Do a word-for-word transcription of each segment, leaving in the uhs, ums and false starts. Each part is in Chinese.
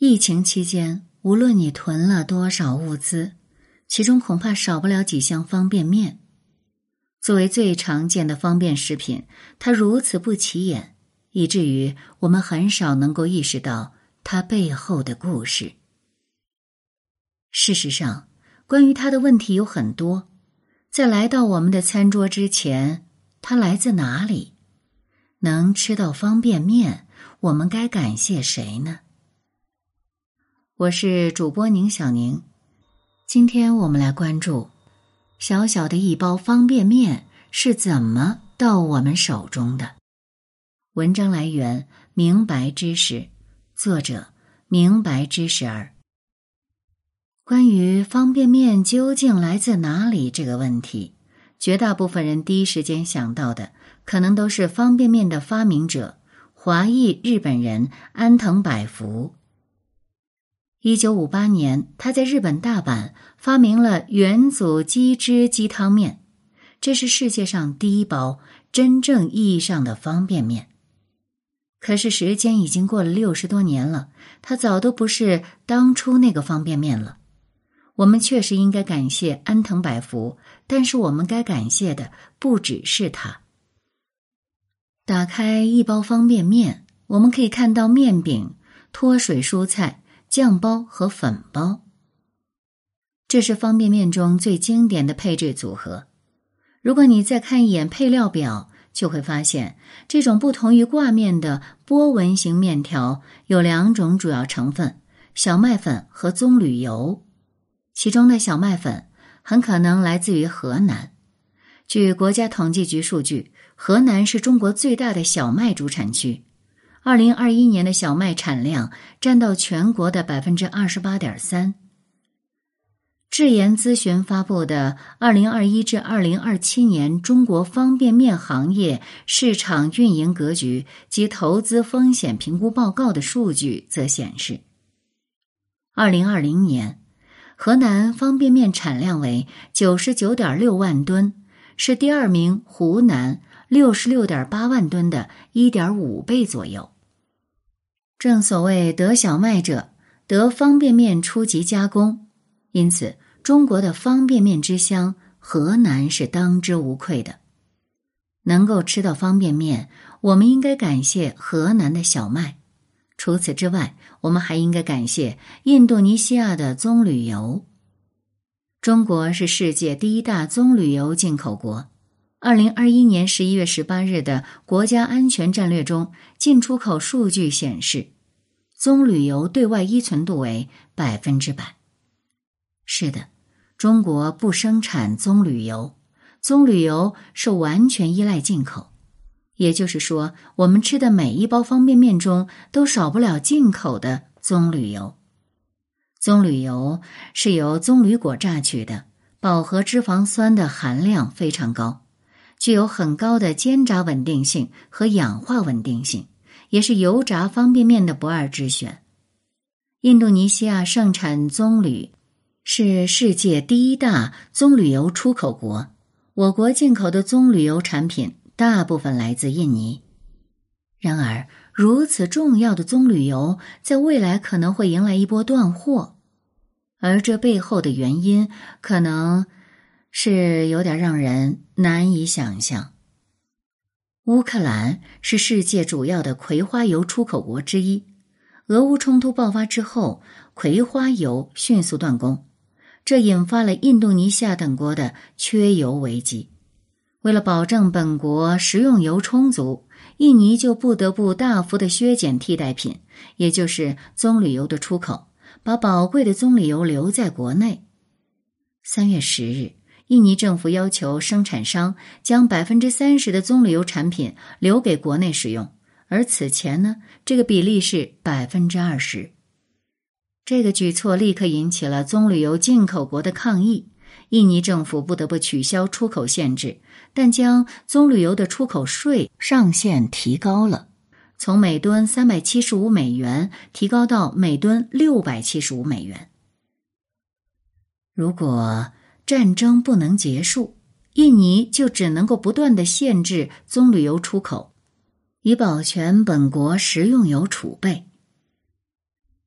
疫情期间，无论你囤了多少物资，其中恐怕少不了几箱方便面。作为最常见的方便食品，它如此不起眼，以至于我们很少能够意识到它背后的故事。事实上，关于它的问题有很多。在来到我们的餐桌之前，它来自哪里？能吃到方便面，我们该感谢谁呢？我是主播宁小宁，今天我们来关注小小的一包方便面是怎么到我们手中的。文章来源明白知识，作者明白知识儿。关于方便面究竟来自哪里这个问题，绝大部分人第一时间想到的可能都是方便面的发明者华裔日本人安藤百福。一九五八年，他在日本大阪发明了元祖鸡汁鸡汤面，这是世界上第一包真正意义上的方便面。可是时间已经过了六十多年了，它早都不是当初那个方便面了。我们确实应该感谢安藤百福，但是我们该感谢的不只是他。打开一包方便面，我们可以看到面饼、脱水蔬菜、酱包和粉包，这是方便面中最经典的配置组合。如果你再看一眼配料表，就会发现这种不同于挂面的波纹型面条有两种主要成分，小麦粉和棕榈油。其中的小麦粉很可能来自于河南。据国家统计局数据，河南是中国最大的小麦主产区。二零二一年的小麦产量占到全国的 百分之二十八点三。 智研咨询发布的二零二一至二零二七年中国方便面行业市场运营格局及投资风险评估报告的数据则显示，二零二零年河南方便面产量为 九十九点六万吨，是第二名湖南 六十六点八万吨的 一点五倍左右。正所谓得小麦者，得方便面初级加工，因此中国的方便面之乡河南是当之无愧的。能够吃到方便面，我们应该感谢河南的小麦。除此之外，我们还应该感谢印度尼西亚的棕榈油。中国是世界第一大棕榈油进口国。二零二一年十一月十八日的国家安全战略中，进出口数据显示，棕榈油对外依存度为百分之百。是的，中国不生产棕榈油，棕榈油是完全依赖进口。也就是说，我们吃的每一包方便面中都少不了进口的棕榈油。棕榈油是由棕榈果榨取的，饱和脂肪酸的含量非常高，具有很高的煎炸稳定性和氧化稳定性，也是油炸方便面的不二之选。印度尼西亚盛产棕榈，是世界第一大棕榈油出口国。我国进口的棕榈油产品大部分来自印尼。然而，如此重要的棕榈油在未来可能会迎来一波断货，而这背后的原因可能是有点让人难以想象。乌克兰是世界主要的葵花油出口国之一，俄乌冲突爆发之后，葵花油迅速断供，这引发了印度尼西亚等国的缺油危机。为了保证本国食用油充足，印尼就不得不大幅的削减替代品，也就是棕榈油的出口，把宝贵的棕榈油留在国内。三月十日，印尼政府要求生产商将 百分之三十 的棕榈油产品留给国内使用，而此前呢，这个比例是 百分之二十。 这个举措立刻引起了棕榈油进口国的抗议，印尼政府不得不取消出口限制，但将棕榈油的出口税上限提高了，从每吨三百七十五美元提高到每吨六百七十五美元。如果战争不能结束，印尼就只能够不断地限制棕榈油出口，以保全本国食用油储备。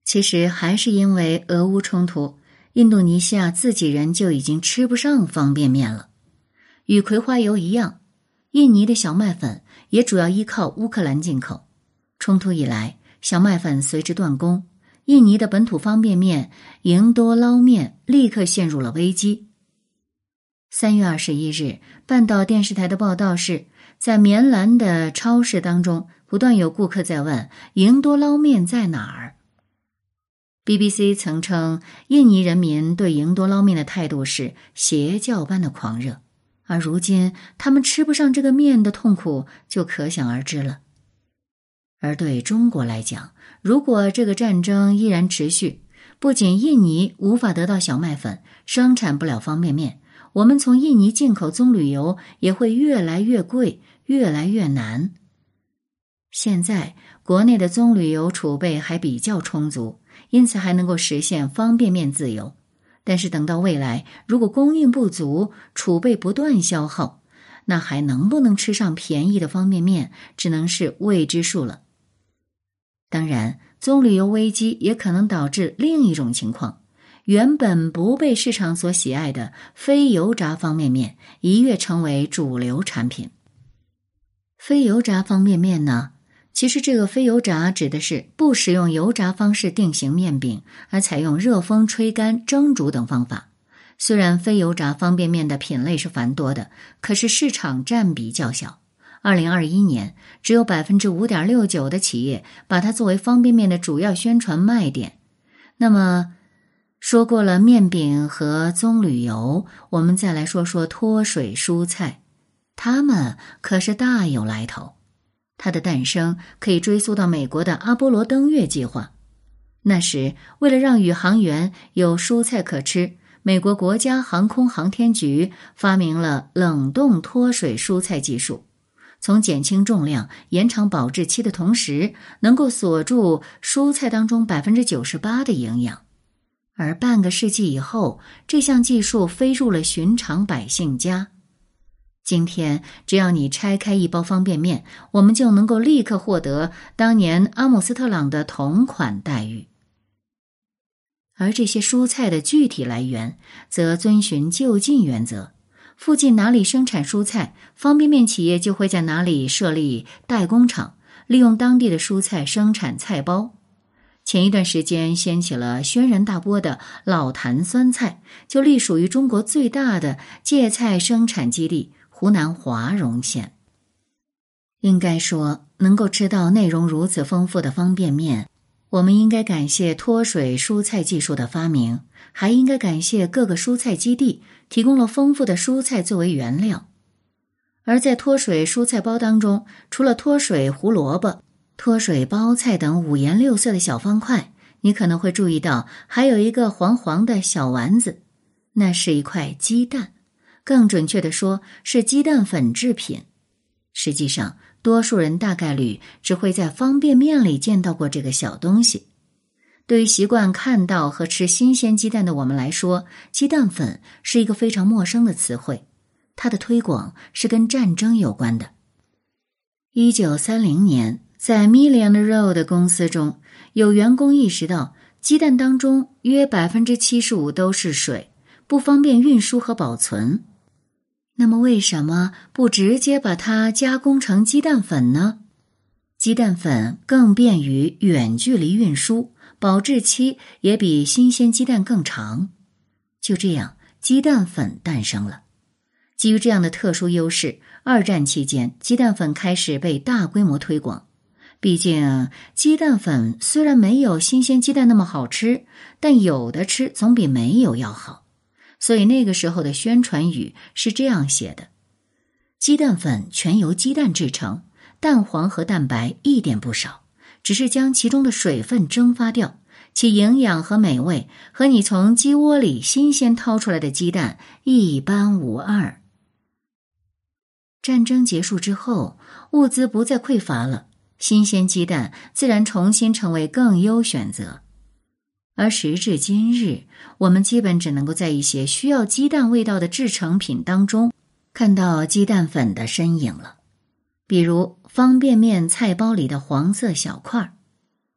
其实还是因为俄乌冲突，印度尼西亚自己人就已经吃不上方便面了。与葵花油一样，印尼的小麦粉也主要依靠乌克兰进口。冲突以来，小麦粉随之断供，印尼的本土方便面营多捞面立刻陷入了危机。三月二十一日，半岛电视台的报道是，在棉兰的超市当中，不断有顾客在问营多捞面在哪儿。B B C 曾称，印尼人民对营多捞面的态度是邪教般的狂热，而如今他们吃不上这个面的痛苦就可想而知了。而对中国来讲，如果这个战争依然持续，不仅印尼无法得到小麦粉，生产不了方便面，我们从印尼进口棕榈油也会越来越贵，越来越难。现在国内的棕榈油储备还比较充足，因此还能够实现方便面自由。但是等到未来，如果供应不足，储备不断消耗，那还能不能吃上便宜的方便面，只能是未知数了。当然，棕榈油危机也可能导致另一种情况，原本不被市场所喜爱的非油炸方便面一跃成为主流产品。非油炸方便面呢？其实这个非油炸指的是不使用油炸方式定型面饼，而采用热风吹干、蒸煮等方法。虽然非油炸方便面的品类是繁多的，可是市场占比较小。二零二一年，只有 百分之五点六九 的企业把它作为方便面的主要宣传卖点。那么，说过了面饼和棕榈油，我们再来说说脱水蔬菜，它们可是大有来头。它的诞生可以追溯到美国的阿波罗登月计划。那时，为了让宇航员有蔬菜可吃，美国国家航空航天局发明了冷冻脱水蔬菜技术，从减轻重量、延长保质期的同时，能够锁住蔬菜当中 百分之九十八 的营养。而半个世纪以后，这项技术飞入了寻常百姓家。今天，只要你拆开一包方便面，我们就能够立刻获得当年阿姆斯特朗的同款待遇。而这些蔬菜的具体来源，则遵循就近原则。附近哪里生产蔬菜，方便面企业就会在哪里设立代工厂，利用当地的蔬菜生产菜包。前一段时间掀起了轩然大波的老坛酸菜，就隶属于中国最大的芥菜生产基地湖南华容县。应该说，能够吃到内容如此丰富的方便面，我们应该感谢脱水蔬菜技术的发明，还应该感谢各个蔬菜基地提供了丰富的蔬菜作为原料。而在脱水蔬菜包当中，除了脱水胡萝卜、脱水包菜等五颜六色的小方块，你可能会注意到还有一个黄黄的小丸子，那是一块鸡蛋，更准确地说是鸡蛋粉制品。实际上，多数人大概率只会在方便面里见到过这个小东西。对于习惯看到和吃新鲜鸡蛋的我们来说，鸡蛋粉是一个非常陌生的词汇，它的推广是跟战争有关的。一九三零年，在 Million Road 公司中，有员工意识到鸡蛋当中约 百分之七十五 都是水，不方便运输和保存。那么为什么不直接把它加工成鸡蛋粉呢？鸡蛋粉更便于远距离运输，保质期也比新鲜鸡蛋更长。就这样，鸡蛋粉诞生了。基于这样的特殊优势，二战期间，鸡蛋粉开始被大规模推广。毕竟，鸡蛋粉虽然没有新鲜鸡蛋那么好吃，但有的吃总比没有要好。所以那个时候的宣传语是这样写的：鸡蛋粉全由鸡蛋制成，蛋黄和蛋白一点不少，只是将其中的水分蒸发掉，其营养和美味和你从鸡窝里新鲜掏出来的鸡蛋一般无二。战争结束之后，物资不再匮乏了，新鲜鸡蛋自然重新成为更优选择。而时至今日，我们基本只能够在一些需要鸡蛋味道的制成品当中看到鸡蛋粉的身影了，比如方便面菜包里的黄色小块。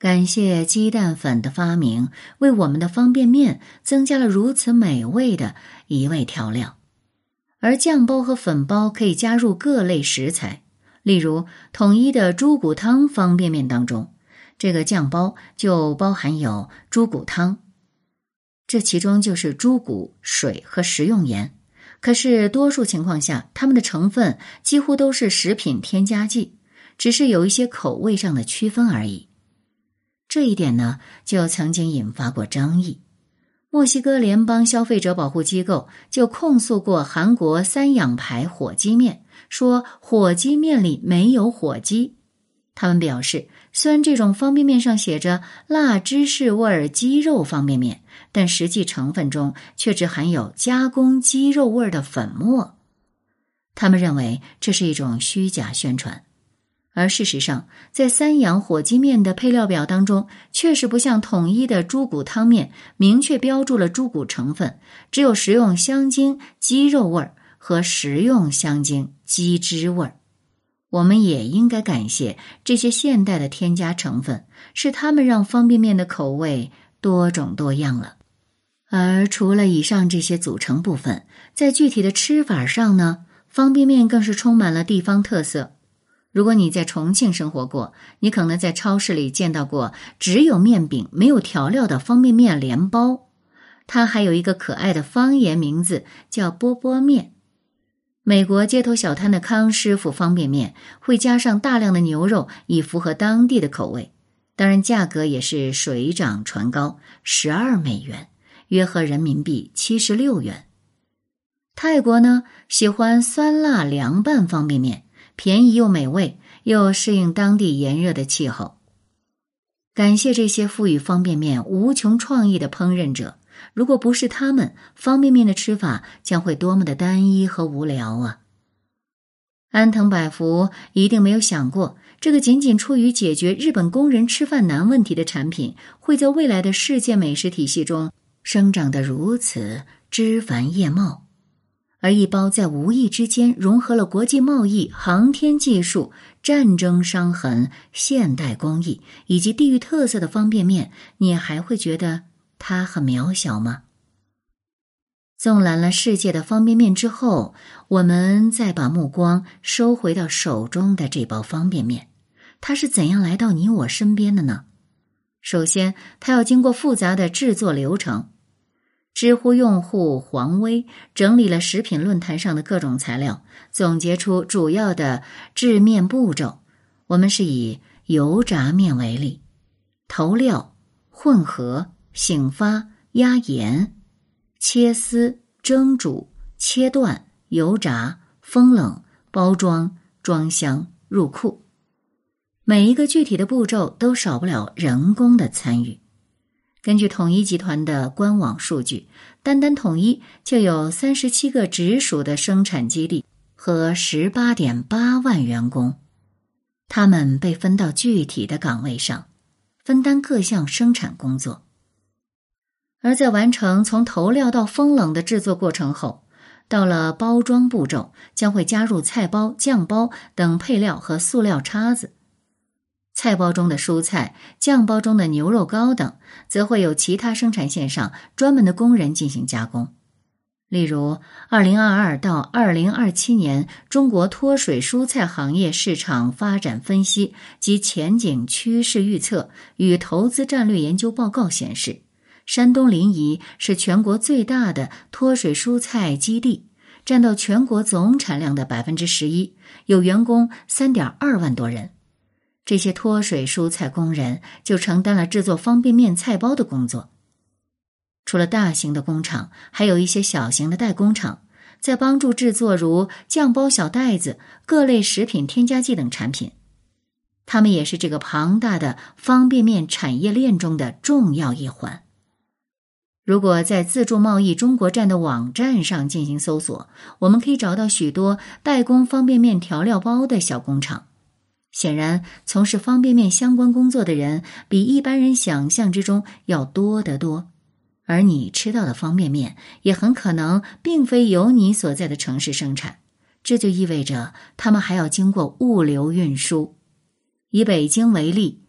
感谢鸡蛋粉的发明，为我们的方便面增加了如此美味的一味调料。而酱包和粉包可以加入各类食材，例如统一的猪骨汤方便面当中，这个酱包就包含有猪骨汤，这其中就是猪骨、水和食用盐。可是多数情况下，它们的成分几乎都是食品添加剂，只是有一些口味上的区分而已。这一点呢，就曾经引发过争议。墨西哥联邦消费者保护机构就控诉过韩国三养牌火鸡面，说火鸡面里没有火鸡。他们表示，虽然这种方便面上写着辣芝士味鸡肉方便面，但实际成分中却只含有加工鸡肉味的粉末。他们认为这是一种虚假宣传。而事实上，在三养火鸡面的配料表当中，确实不像统一的猪骨汤面明确标注了猪骨成分，只有食用香精鸡肉味和食用香精鸡汁味。我们也应该感谢这些现代的添加成分，是他们让方便面的口味多种多样了。而除了以上这些组成部分，在具体的吃法上呢，方便面更是充满了地方特色。如果你在重庆生活过，你可能在超市里见到过只有面饼没有调料的方便面连包，它还有一个可爱的方言名字叫波波面。美国街头小摊的康师傅方便面会加上大量的牛肉，以符合当地的口味，当然价格也是水涨船高，十二美元，约合人民币七十六元。泰国呢，喜欢酸辣凉拌方便面，便宜又美味，又适应当地炎热的气候。感谢这些赋予方便面无穷创意的烹饪者，如果不是他们，方便面的吃法将会多么的单一和无聊啊！安藤百福一定没有想过，这个仅仅出于解决日本工人吃饭难问题的产品，会在未来的世界美食体系中生长得如此枝繁叶茂。而一包在无意之间融合了国际贸易、航天技术、战争伤痕、现代工艺以及地域特色的方便面，你还会觉得它很渺小吗？纵览了世界的方便面之后，我们再把目光收回到手中的这包方便面，它是怎样来到你我身边的呢？首先，它要经过复杂的制作流程。知乎用户黄威整理了食品论坛上的各种材料，总结出主要的制面步骤。我们是以油炸面为例，投料、混合、醒发、压盐、切丝、蒸煮、切断、油炸、封冷、包装、装箱、入库。每一个具体的步骤都少不了人工的参与。根据统一集团的官网数据，单单统一就有三十七个直属的生产基地和 十八点八万员工，他们被分到具体的岗位上，分担各项生产工作。而在完成从投料到封冷的制作过程后，到了包装步骤，将会加入菜包、酱包等配料和塑料叉子。菜包中的蔬菜，酱包中的牛肉糕等，则会有其他生产线上专门的工人进行加工。例如二零二二到二零二七年中国脱水蔬菜行业市场发展分析及前景趋势预测与投资战略研究报告显示，山东临沂是全国最大的脱水蔬菜基地，占到全国总产量的 百分之十一， 有员工 三点二万多人。这些脱水蔬菜工人就承担了制作方便面菜包的工作。除了大型的工厂，还有一些小型的代工厂，在帮助制作如酱包小袋子、各类食品添加剂等产品。他们也是这个庞大的方便面产业链中的重要一环。如果在自助贸易中国站的网站上进行搜索，我们可以找到许多代工方便面调料包的小工厂。显然，从事方便面相关工作的人比一般人想象之中要多得多，而你吃到的方便面也很可能并非由你所在的城市生产，这就意味着他们还要经过物流运输。以北京为例，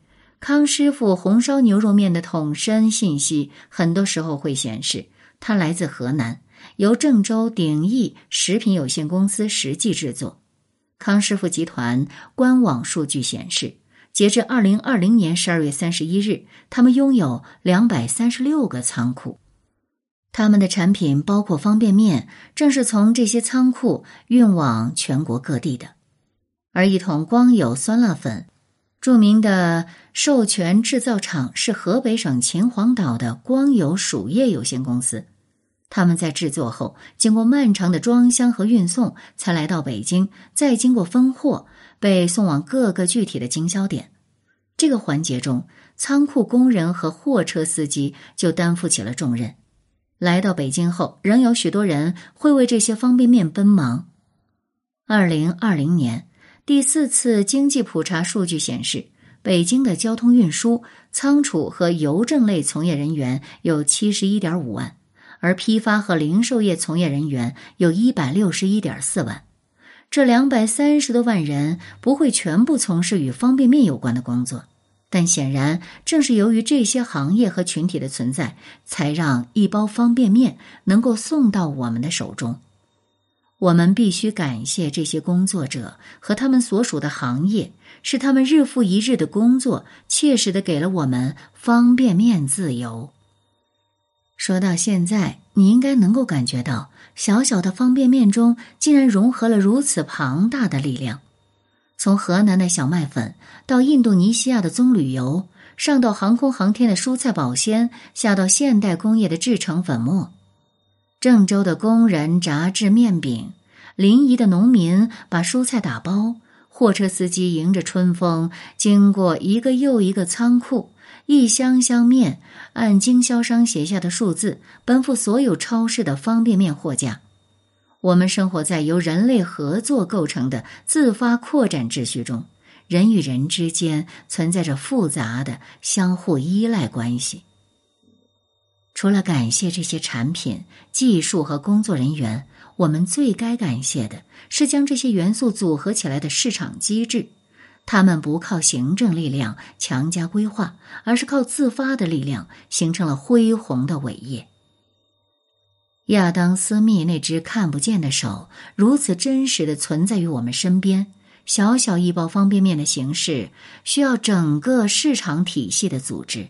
康师傅红烧牛肉面的桶身信息很多时候会显示，它来自河南，由郑州鼎益食品有限公司实际制作。康师傅集团官网数据显示，截至二零二零年十二月三十一日，他们拥有两百三十六个仓库。他们的产品包括方便面，正是从这些仓库运往全国各地的。而一桶光友酸辣粉，著名的授权制造厂是河北省秦皇岛的光友薯业有限公司。他们在制作后，经过漫长的装箱和运送，才来到北京，再经过分货，被送往各个具体的经销点。这个环节中，仓库工人和货车司机就担负起了重任。来到北京后，仍有许多人会为这些方便面奔忙。二零二零年，第四次经济普查数据显示，北京的交通运输、仓储和邮政类从业人员有 七十一点五万，而批发和零售业从业人员有 一百六十一点四万。这两百三十多万人不会全部从事与方便面有关的工作，但显然正是由于这些行业和群体的存在，才让一包方便面能够送到我们的手中。我们必须感谢这些工作者和他们所属的行业，是他们日复一日的工作，切实地给了我们方便面自由。说到现在，你应该能够感觉到，小小的方便面中竟然融合了如此庞大的力量。从河南的小麦粉，到印度尼西亚的棕榈油，上到航空航天的蔬菜保鲜，下到现代工业的制成粉末。郑州的工人炸制面饼，临沂的农民把蔬菜打包，货车司机迎着春风，经过一个又一个仓库，一箱箱面按经销商写下的数字奔赴所有超市的方便面货架。我们生活在由人类合作构成的自发扩展秩序中，人与人之间存在着复杂的相互依赖关系。除了感谢这些产品、技术和工作人员，我们最该感谢的是将这些元素组合起来的市场机制。他们不靠行政力量强加规划，而是靠自发的力量，形成了恢宏的伟业。亚当·斯密那只看不见的手，如此真实地存在于我们身边。小小一包方便面的形式，需要整个市场体系的组织。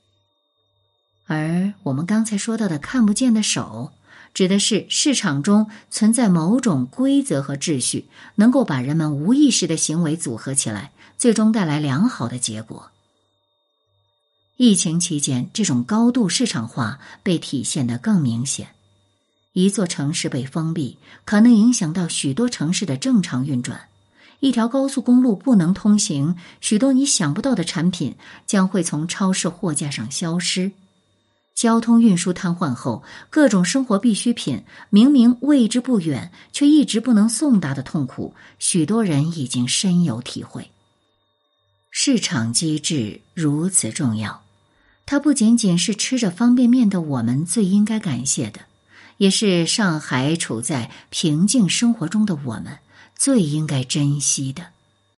而我们刚才说到的看不见的手，指的是市场中存在某种规则和秩序，能够把人们无意识的行为组合起来，最终带来良好的结果。疫情期间，这种高度市场化被体现得更明显。一座城市被封闭，可能影响到许多城市的正常运转。一条高速公路不能通行，许多你想不到的产品将会从超市货架上消失。交通运输瘫痪后，各种生活必需品明明位置不远，却一直不能送达的痛苦，许多人已经深有体会。市场机制如此重要，它不仅仅是吃着方便面的我们最应该感谢的，也是上海处在平静生活中的我们最应该珍惜的。